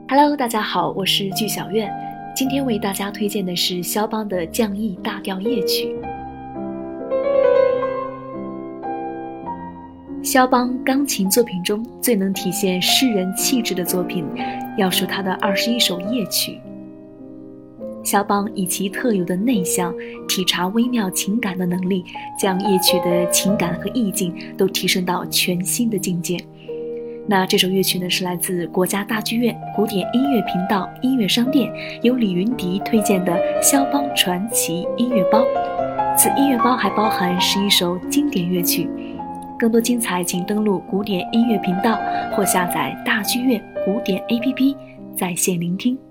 Hello， 大家好，我是剧小院。今天为大家推荐的是肖邦的降 E 大调夜曲。肖邦钢琴作品中最能体现诗人气质的作品，要数他的21首夜曲。肖邦以其特有的内向、体察微妙情感的能力，将夜曲的情感和意境都提升到全新的境界。那这首乐曲呢，是来自国家大剧院古典音乐频道音乐商店由李云迪推荐的肖邦传奇音乐包。此音乐包还包含11首经典乐曲。更多精彩请登录古典音乐频道或下载大剧院古典 APP 在线聆听。